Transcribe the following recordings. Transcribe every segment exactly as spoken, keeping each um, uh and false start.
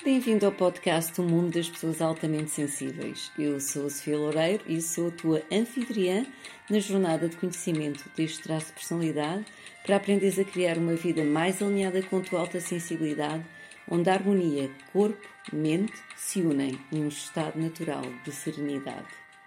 Bem-vindo ao podcast O Mundo das Pessoas Altamente Sensíveis. Eu sou a Sofia Loureiro e sou a tua anfitriã na jornada de conhecimento deste traço de personalidade para aprenderes a criar uma vida mais alinhada com a tua alta sensibilidade, onde a harmonia corpo-mente se unem num estado natural de serenidade.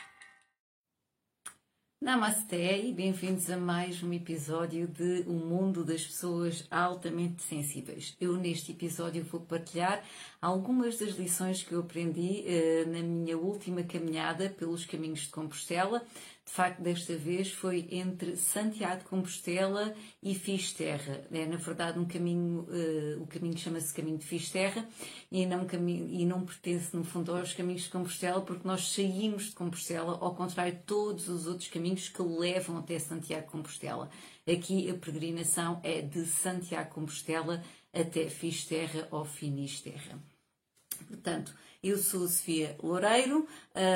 Namasté e bem-vindos a mais um episódio de O Mundo das Pessoas Altamente Sensíveis. Eu neste episódio vou partilhar algumas das lições que eu aprendi eh, na minha última caminhada pelos caminhos de Compostela. De facto, desta vez foi entre Santiago de Compostela e Fisterra. É, na verdade, um caminho, uh, o caminho chama-se Caminho de Fisterra e não, caminho, e não pertence, no fundo, aos caminhos de Compostela, porque nós saímos de Compostela, ao contrário de todos os outros caminhos que levam até Santiago de Compostela. Aqui a peregrinação é de Santiago de Compostela até Fisterra ou Finisterra. Portanto, eu sou a Sofia Loureiro,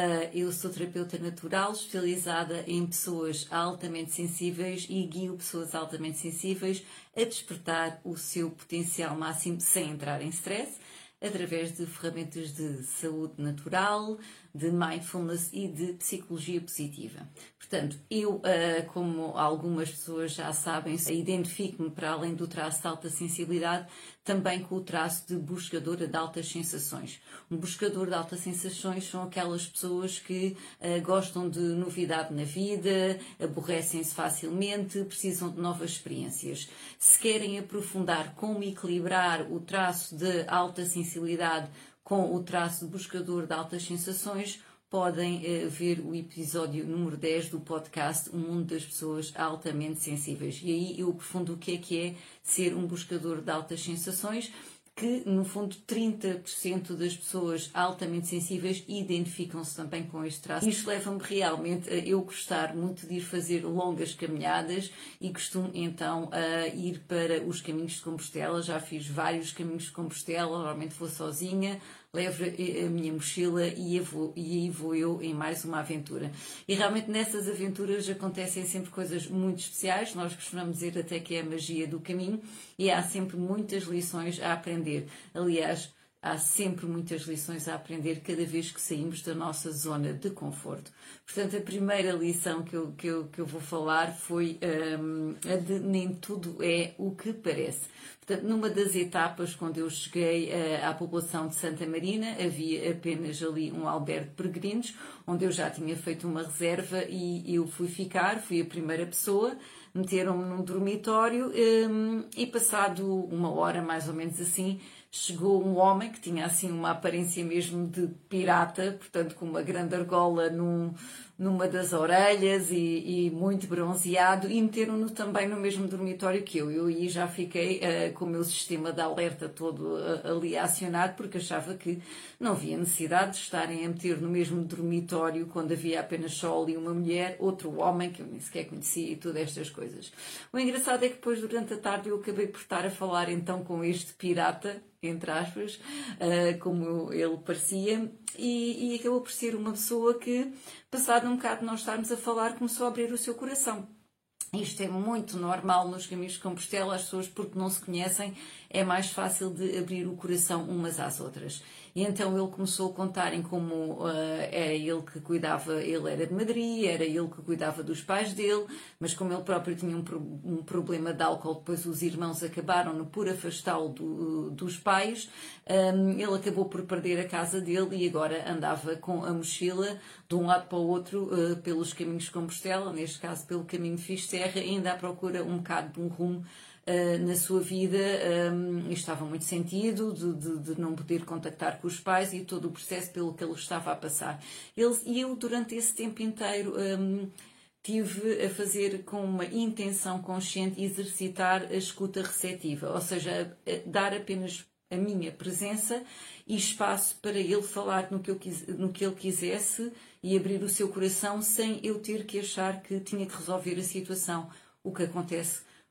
eu sou terapeuta natural especializada em pessoas altamente sensíveis e guio pessoas altamente sensíveis a despertar o seu potencial máximo sem entrar em stress, através de ferramentas de saúde natural, de mindfulness e de psicologia positiva. Portanto, eu, como algumas pessoas já sabem, identifico-me para além do traço de alta sensibilidade, também com o traço de buscadora de altas sensações. Um buscador de altas sensações são aquelas pessoas que uh, gostam de novidade na vida, aborrecem-se facilmente, precisam de novas experiências. Se querem aprofundar como equilibrar o traço de alta sensibilidade com o traço de buscador de altas sensações, podem uh, ver o episódio número dez do podcast O Mundo das Pessoas Altamente Sensíveis. E aí eu aprofundo o que é que é ser um buscador de altas sensações, que no fundo trinta por cento das pessoas altamente sensíveis identificam-se também com este traço. Isto leva-me realmente a eu gostar muito de ir fazer longas caminhadas e costumo então a ir para os caminhos de Compostela. Já fiz vários caminhos de Compostela, normalmente vou sozinha, levo a minha mochila e, vou, e aí vou eu em mais uma aventura. E realmente nessas aventuras acontecem sempre coisas muito especiais, nós costumamos dizer até que é a magia do caminho, e há sempre muitas lições a aprender. Aliás, há sempre muitas lições a aprender cada vez que saímos da nossa zona de conforto. Portanto, a primeira lição que eu, que eu, que eu vou falar foi um, a de nem tudo é o que parece. Portanto, numa das etapas, quando eu cheguei uh, à população de Santa Marina, havia apenas ali um albergue de peregrinos, onde eu já tinha feito uma reserva e eu fui ficar, fui a primeira pessoa, meteram-me num dormitório um, e passado uma hora, mais ou menos assim, chegou um homem que tinha assim uma aparência mesmo de pirata, portanto com uma grande argola num, numa das orelhas e, e muito bronzeado, e meteram-no também no mesmo dormitório que eu. Eu aí já fiquei uh, com o meu sistema de alerta todo uh, ali acionado, porque achava que não havia necessidade de estarem a meter no mesmo dormitório quando havia apenas só ali uma mulher, outro homem que eu nem sequer conhecia e todas estas coisas. O engraçado é que depois, durante a tarde, eu acabei por estar a falar então com este pirata, entre aspas, uh, como ele parecia, e, e acabou por ser uma pessoa que, passado um bocado de nós estarmos a falar, começou a abrir o seu coração. Isto é muito normal nos caminhos de Compostela, as pessoas, porque não se conhecem, é mais fácil de abrir o coração umas às outras. E então ele começou a contar em como uh, era ele que cuidava, ele era de Madrid, era ele que cuidava dos pais dele, mas como ele próprio tinha um, pro, um problema de álcool, depois os irmãos acabaram por afastá-lo do, dos pais, um, ele acabou por perder a casa dele e agora andava com a mochila de um lado para o outro uh, pelos caminhos de Compostela, neste caso pelo caminho de Fisterra, ainda à procura um bocado de um rumo Uh, na sua vida, um, e estava muito sentido de, de, de não poder contactar com os pais e todo o processo pelo que ele estava a passar. Ele, e eu, durante esse tempo inteiro, um, tive a fazer com uma intenção consciente exercitar a escuta receptiva, ou seja, a, a dar apenas a minha presença e espaço para ele falar no que, eu quis, no que ele quisesse e abrir o seu coração sem eu ter que achar que tinha que resolver a situação, o que acontece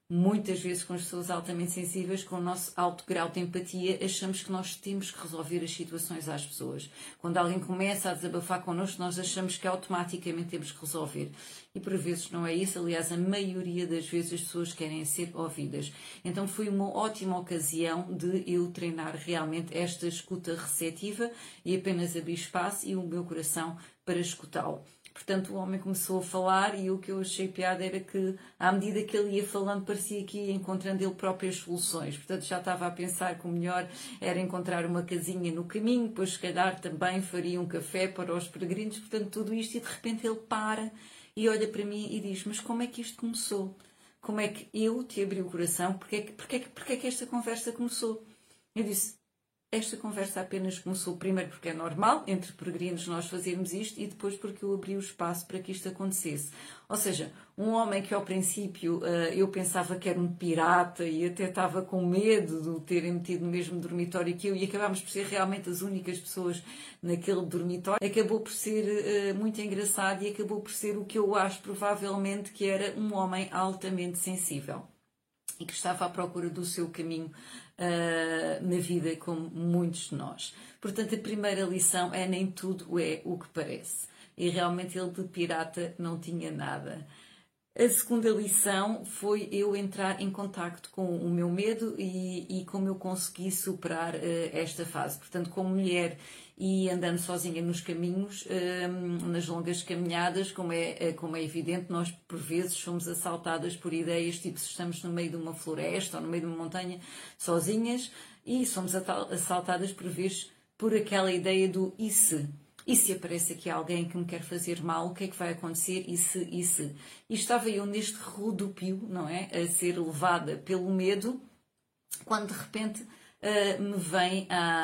Muitas vezes com as pessoas altamente sensíveis, com o nosso alto grau de empatia, achamos que nós temos que resolver as situações às pessoas. Quando alguém começa a desabafar connosco, nós achamos que automaticamente temos que resolver. E por vezes não é isso, aliás, a maioria das vezes as pessoas querem ser ouvidas. Então foi uma ótima ocasião de eu treinar realmente esta escuta receptiva e apenas abrir espaço e o meu coração para escutá-lo. Portanto, o homem começou a falar e o que eu achei piada era que, à medida que ele ia falando, parecia que ia encontrando ele próprias soluções. Portanto, já estava a pensar que o melhor era encontrar uma casinha no caminho, depois, se calhar, também faria um café para os peregrinos. Portanto, tudo isto, e de repente ele para e olha para mim e diz: mas como é que isto começou? Como é que eu te abri o coração? Porquê é que, porquê é que, porquê é que esta conversa começou? Eu disse: esta conversa apenas começou primeiro porque é normal, entre peregrinos, nós fazermos isto, e depois porque eu abri o espaço para que isto acontecesse. Ou seja, um homem que ao princípio eu pensava que era um pirata e até estava com medo de o terem metido no mesmo dormitório que eu, e acabámos por ser realmente as únicas pessoas naquele dormitório, acabou por ser muito engraçado e acabou por ser o que eu acho provavelmente que era um homem altamente sensível e que estava à procura do seu caminho uh, na vida, como muitos de nós. Portanto, a primeira lição é: nem tudo é o que parece. E realmente ele de pirata não tinha nada. A segunda lição foi eu entrar em contacto com o meu medo e, e como eu consegui superar uh, esta fase. Portanto, como mulher e andando sozinha nos caminhos, uh, nas longas caminhadas, como é, como é evidente, nós por vezes somos assaltadas por ideias, tipo se estamos no meio de uma floresta ou no meio de uma montanha, sozinhas, e somos assaltadas por vezes por aquela ideia do e se? E se aparece aqui alguém que me quer fazer mal, o que é que vai acontecer? E se, e se? E estava eu neste rodopio, não é? A ser levada pelo medo, quando de repente uh, me vem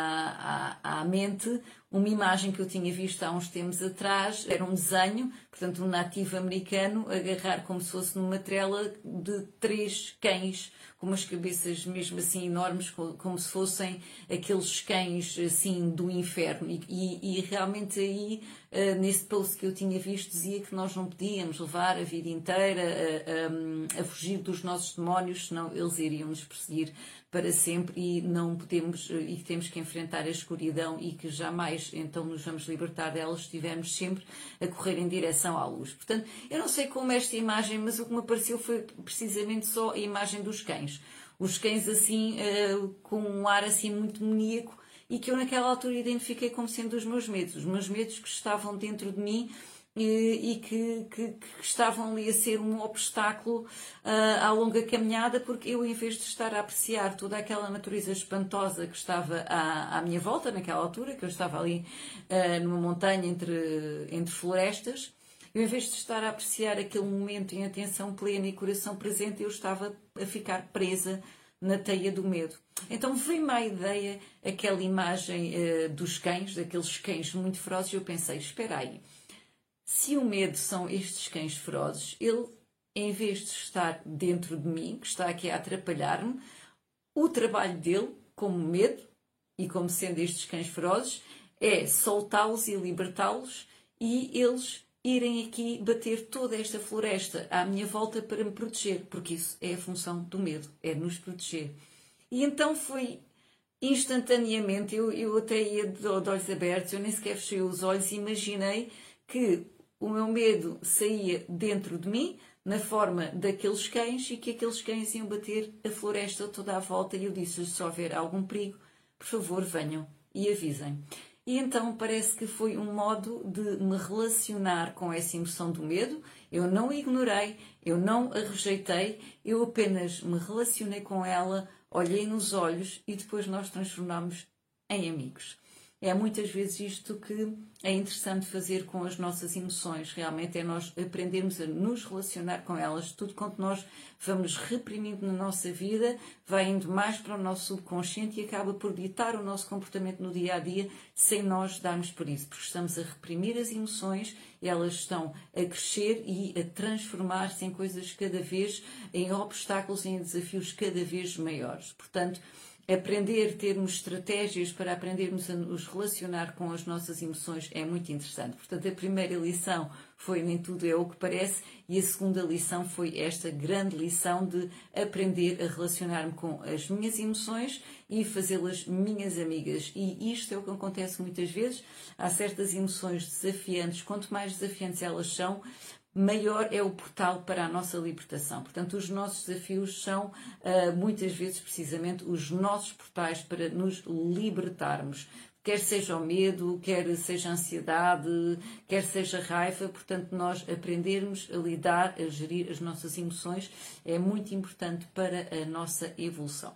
à, à, à mente uma imagem que eu tinha visto há uns tempos atrás. Era um desenho, portanto um nativo americano, agarrar como se fosse numa trela de três cães, com umas cabeças mesmo assim enormes, como se fossem aqueles cães assim do inferno. E, e, e realmente aí, uh, nesse post que eu tinha visto, dizia que nós não podíamos levar a vida inteira a, a, a fugir dos nossos demónios, senão eles iriam nos perseguir para sempre, e não podemos, e temos que enfrentar a escuridão, e que jamais então nos vamos libertar delas, estivemos sempre a correr em direção à luz. Portanto, eu não sei como esta imagem, mas o que me apareceu foi precisamente só a imagem dos cães. Os cães assim, uh, com um ar assim muito demoníaco, e que eu naquela altura identifiquei como sendo os meus medos, os meus medos que estavam dentro de mim e, e que, que, que estavam ali a ser um obstáculo uh, à longa caminhada, porque eu, em vez de estar a apreciar toda aquela natureza espantosa que estava à, à minha volta naquela altura, que eu estava ali uh, numa montanha entre, entre florestas, eu, em vez de estar a apreciar aquele momento em atenção plena e coração presente, eu estava a ficar presa na teia do medo. Então veio-me à ideia aquela imagem uh, dos cães, daqueles cães muito ferozes, e eu pensei: espera aí, se o medo são estes cães ferozes, ele, em vez de estar dentro de mim, que está aqui a atrapalhar-me, o trabalho dele, como medo e como sendo estes cães ferozes, é soltá-los e libertá-los, e eles irem aqui bater toda esta floresta à minha volta para me proteger, porque isso é a função do medo, é nos proteger. E então foi instantaneamente, eu, eu até ia de, de olhos abertos, eu nem sequer fechei os olhos, e imaginei que o meu medo saía dentro de mim, na forma daqueles cães, e que aqueles cães iam bater a floresta toda à volta, e eu disse-lhes: se houver algum perigo, por favor, venham e avisem. E então parece que foi um modo de me relacionar com essa emoção do medo. Eu não a ignorei, eu não a rejeitei, eu apenas me relacionei com ela, olhei nos olhos, e depois nós transformámos em amigos. É muitas vezes isto que é interessante fazer com as nossas emoções. Realmente é nós aprendermos a nos relacionar com elas. Tudo quanto nós vamos reprimindo na nossa vida vai indo mais para o nosso subconsciente e acaba por ditar o nosso comportamento no dia a dia, sem nós darmos por isso. Porque estamos a reprimir as emoções, elas estão a crescer e a transformar-se em coisas cada vez, em obstáculos, em desafios cada vez maiores. Portanto, aprender, termos estratégias para aprendermos a nos relacionar com as nossas emoções é muito interessante. Portanto, a primeira lição foi nem tudo é o que parece e a segunda lição foi esta grande lição de aprender a relacionar-me com as minhas emoções e fazê-las minhas amigas. E isto é o que acontece muitas vezes. Há certas emoções desafiantes, quanto mais desafiantes elas são, maior é o portal para a nossa libertação. Portanto, os nossos desafios são uh, muitas vezes precisamente os nossos portais para nos libertarmos. Quer seja o medo, quer seja a ansiedade, quer seja a raiva. Portanto, nós aprendermos a lidar, a gerir as nossas emoções é muito importante para a nossa evolução.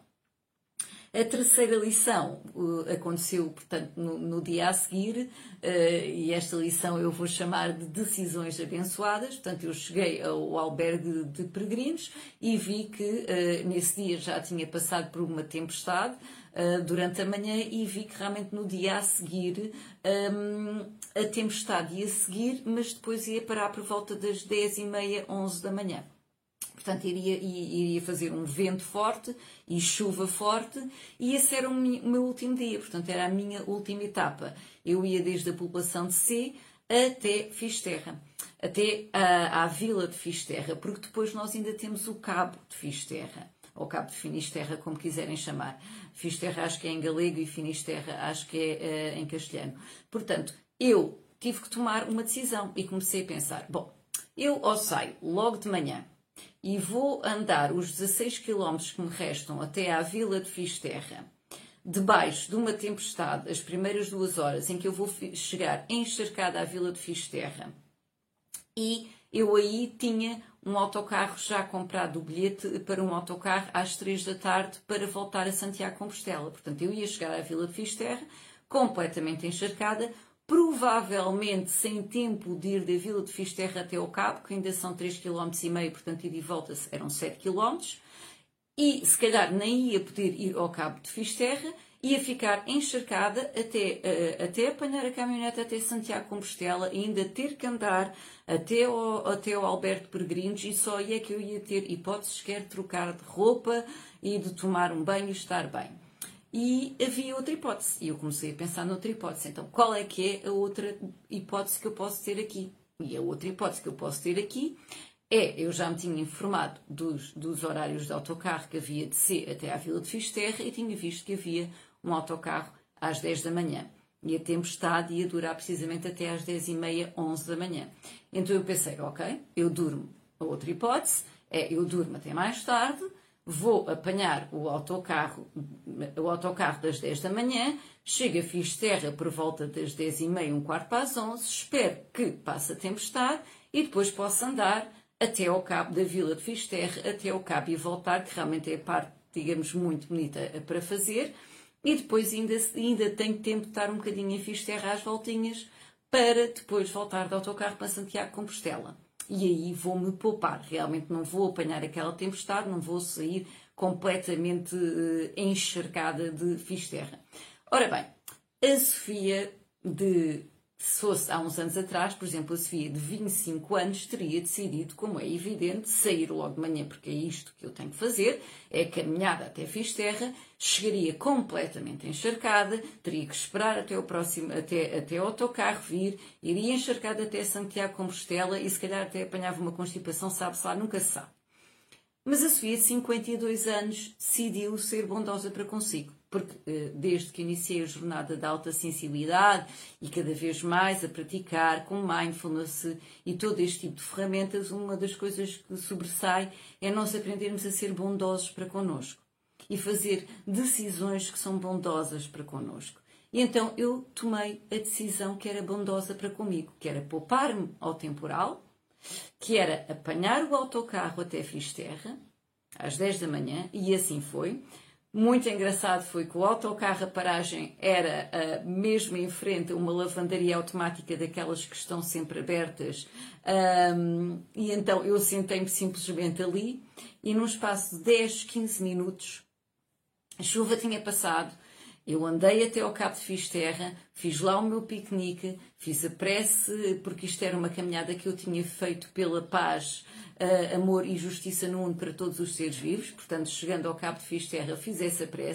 A terceira lição uh, aconteceu, portanto, no, no dia a seguir, uh, e esta lição eu vou chamar de decisões abençoadas. Portanto, eu cheguei ao albergue de, de peregrinos e vi que uh, nesse dia já tinha passado por uma tempestade uh, durante a manhã e vi que realmente no dia a seguir um, a tempestade ia seguir, mas depois ia parar por volta das dez e meia, onze da manhã. Portanto, iria, iria fazer um vento forte e chuva forte e esse era o meu último dia, portanto, era a minha última etapa. Eu ia desde a população de C até Fisterra, até à, à vila de Fisterra, porque depois nós ainda temos o Cabo de Fisterra, ou Cabo de Finisterra, como quiserem chamar. Fisterra acho que é em galego e Finisterra acho que é uh, em castelhano. Portanto, eu tive que tomar uma decisão e comecei a pensar, bom, eu ou saio logo de manhã, e vou andar os dezasseis quilómetros que me restam até à vila de Fisterra, debaixo de uma tempestade, as primeiras duas horas em que eu vou chegar encharcada à vila de Fisterra. E eu aí tinha um autocarro já comprado, o bilhete para um autocarro às três da tarde para voltar a Santiago de Compostela. Portanto, eu ia chegar à vila de Fisterra completamente encharcada, provavelmente sem tempo de ir da vila de Fisterra até ao Cabo, que ainda são três vírgula cinco quilómetros, portanto, ida e volta eram sete quilómetros, e se calhar nem ia poder ir ao Cabo de Fisterra, ia ficar encharcada até, uh, até apanhar a caminhonete até Santiago de Compostela e ainda ter que andar até ao, até ao albergue de peregrinos e só aí é que eu ia ter hipótese sequer de trocar de roupa e de tomar um banho e estar bem. E havia outra hipótese, e eu comecei a pensar noutra hipótese. Então, qual é que é a outra hipótese que eu posso ter aqui? E a outra hipótese que eu posso ter aqui é, eu já me tinha informado dos, dos horários de autocarro que havia de C até à vila de Fisterra e tinha visto que havia um autocarro às dez da manhã. E a tempestade ia durar precisamente até às dez e meia, onze da manhã. Então eu pensei, ok, eu durmo. A outra hipótese é, eu durmo até mais tarde, vou apanhar o autocarro, o autocarro das dez da manhã, chego a Fisterra por volta das dez e meia, um quarto para as onze, espero que passe a tempestade e depois posso andar até ao Cabo da vila de Fisterra, até ao Cabo e voltar, que realmente é a parte, digamos, muito bonita para fazer, e depois ainda, ainda tenho tempo de estar um bocadinho em Fisterra às voltinhas para depois voltar de autocarro para Santiago de Compostela. E aí vou-me poupar, realmente não vou apanhar aquela tempestade, não vou sair completamente uh, encharcada de Fisterra. Ora bem, a Sofia, de, se fosse há uns anos atrás, por exemplo, a Sofia de vinte e cinco anos, teria decidido, como é evidente, sair logo de manhã, porque é isto que eu tenho que fazer, é caminhada até Fisterra, chegaria completamente encharcada, teria que esperar até o próximo, até, até o autocarro vir, iria encharcada até Santiago de Compostela e se calhar até apanhava uma constipação, sabe-se lá, nunca se sabe. Mas a Sofia, de cinquenta e dois anos, decidiu ser bondosa para consigo, porque desde que iniciei a jornada da alta sensibilidade e cada vez mais a praticar com mindfulness e todo este tipo de ferramentas, uma das coisas que sobressai é nós aprendermos a ser bondosos para connosco e fazer decisões que são bondosas para connosco. E então eu tomei a decisão que era bondosa para comigo, que era poupar-me ao temporal, que era apanhar o autocarro até Fisterra, às dez da manhã, e assim foi. Muito engraçado foi que o autocarro, a paragem, era uh, mesmo em frente a uma lavandaria automática daquelas que estão sempre abertas, um, e então eu sentei-me simplesmente ali, e num espaço de dez, quinze minutos, a chuva tinha passado, eu andei até ao Cabo de Fisterra, fiz lá o meu piquenique, fiz a prece, porque isto era uma caminhada que eu tinha feito pela paz, uh, amor e justiça no mundo para todos os seres vivos. Portanto, chegando ao Cabo de Fisterra, fiz essa prece,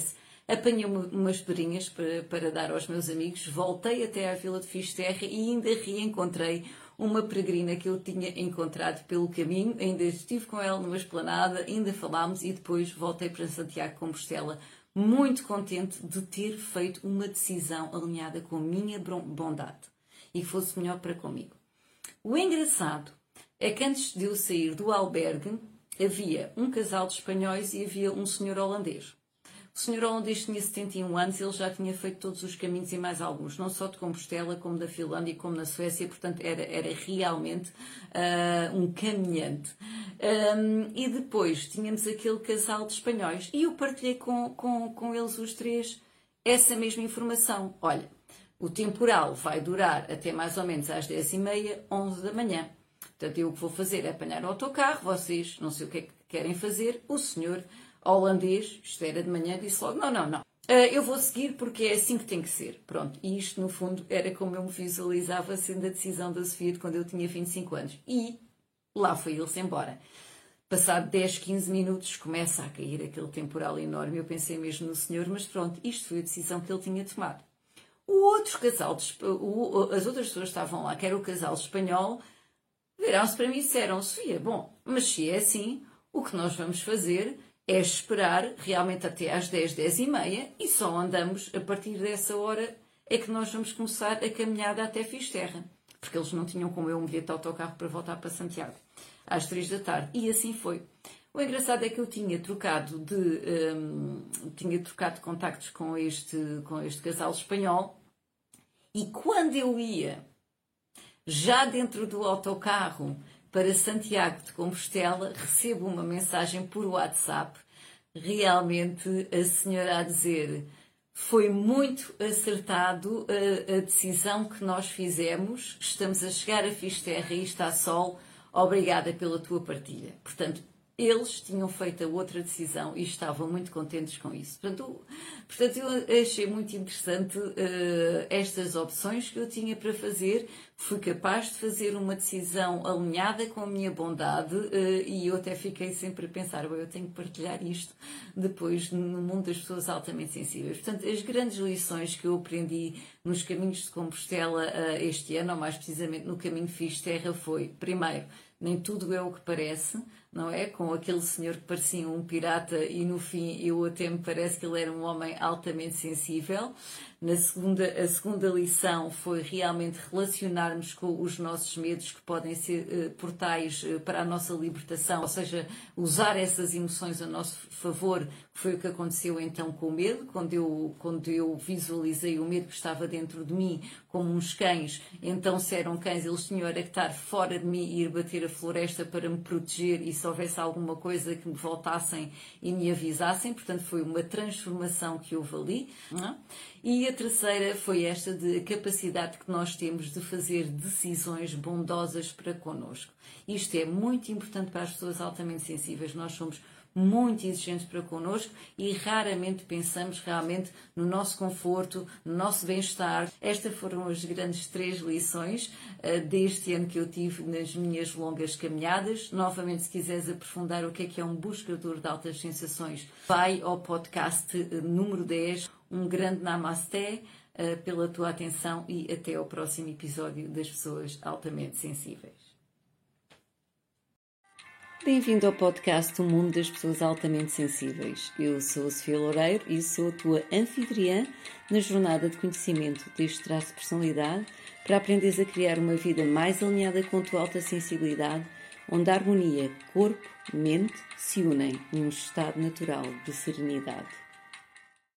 apanhei uma, umas pedrinhas para, para dar aos meus amigos, voltei até à Vila de Fisterra e ainda reencontrei uma peregrina que eu tinha encontrado pelo caminho, ainda estive com ela numa esplanada, ainda falámos e depois voltei para Santiago de Compostela, muito contente de ter feito uma decisão alinhada com a minha bondade e que fosse melhor para comigo. O engraçado é que antes de eu sair do albergue, havia um casal de espanhóis e havia um senhor holandês. O senhor holandês tinha setenta e um anos e ele já tinha feito todos os caminhos e mais alguns, não só de Compostela, como da Finlândia, como na Suécia, portanto era, era realmente uh, um caminhante. Um, e depois tínhamos aquele casal de espanhóis e eu partilhei com, com, com eles os três essa mesma informação. Olha, o temporal vai durar até mais ou menos às dez e meia, onze da manhã. Portanto, eu o que vou fazer é apanhar o autocarro, vocês não sei o que é que querem fazer, o senhor holandês, isto era de manhã, disse logo, não, não, não, uh, eu vou seguir porque é assim que tem que ser. Pronto, e isto no fundo era como eu me visualizava sendo a decisão da Sofia de quando eu tinha vinte e cinco anos. E lá foi ele-se embora. Passado dez, quinze minutos começa a cair aquele temporal enorme, eu pensei mesmo no senhor, mas pronto, isto foi a decisão que ele tinha tomado. O outro casal, de, o, as outras pessoas estavam lá, que era o casal espanhol, viraram-se para mim e disseram, Sofia, bom, mas se é assim, o que nós vamos fazer é esperar realmente até às dez, dez e meia e só andamos a partir dessa hora é que nós vamos começar a caminhada até Fisterra. Porque eles não tinham como eu um bilhete de autocarro para voltar para Santiago às três da tarde. E assim foi. O engraçado é que eu tinha trocado de, um, tinha trocado de contactos com este, com este casal espanhol e quando eu ia já dentro do autocarro para Santiago de Compostela, recebo uma mensagem por WhatsApp, realmente a senhora a dizer, foi muito acertado a, a decisão que nós fizemos, estamos a chegar a Fisterra e está sol, obrigada pela tua partilha. Portanto, eles tinham feito a outra decisão e estavam muito contentes com isso. Portanto, portanto eu achei muito interessante uh, estas opções que eu tinha para fazer. Fui capaz de fazer uma decisão alinhada com a minha bondade uh, e eu até fiquei sempre a pensar, eu tenho que partilhar isto depois no mundo das pessoas altamente sensíveis. Portanto, as grandes lições que eu aprendi nos caminhos de Compostela uh, este ano, ou mais precisamente no caminho de Fisterra, foi, primeiro, nem tudo é o que parece, não é? Com aquele senhor que parecia um pirata e no fim eu até me parece que ele era um homem altamente sensível. Na segunda, a segunda lição foi realmente relacionarmos com os nossos medos que podem ser uh, portais uh, para a nossa libertação, ou seja, usar essas emoções a nosso favor, que foi o que aconteceu então com o medo, quando eu, quando eu visualizei o medo que estava dentro de mim como uns cães, então se eram cães eles tinham era que estar fora de mim e ir bater a floresta para me proteger e se houvesse alguma coisa que me voltassem e me avisassem, portanto foi uma transformação que houve ali, não é? E a terceira foi esta de a capacidade que nós temos de fazer decisões bondosas para connosco. Isto é muito importante para as pessoas altamente sensíveis. Nós somos muito exigentes para connosco e raramente pensamos realmente no nosso conforto, no nosso bem-estar. Estas foram as grandes três lições uh, deste ano que eu tive nas minhas longas caminhadas. Novamente, se quiseres aprofundar o que é que é um buscador de altas sensações, vai ao podcast uh, número dez. Um grande namasté uh, pela tua atenção e até ao próximo episódio das Pessoas Altamente Sensíveis. Bem-vindo ao podcast O Mundo das Pessoas Altamente Sensíveis. Eu sou a Sofia Loureiro e sou a tua anfitriã na jornada de conhecimento deste traço de personalidade para aprenderes a criar uma vida mais alinhada com a tua alta sensibilidade, onde a harmonia corpo-mente se unem num estado natural de serenidade.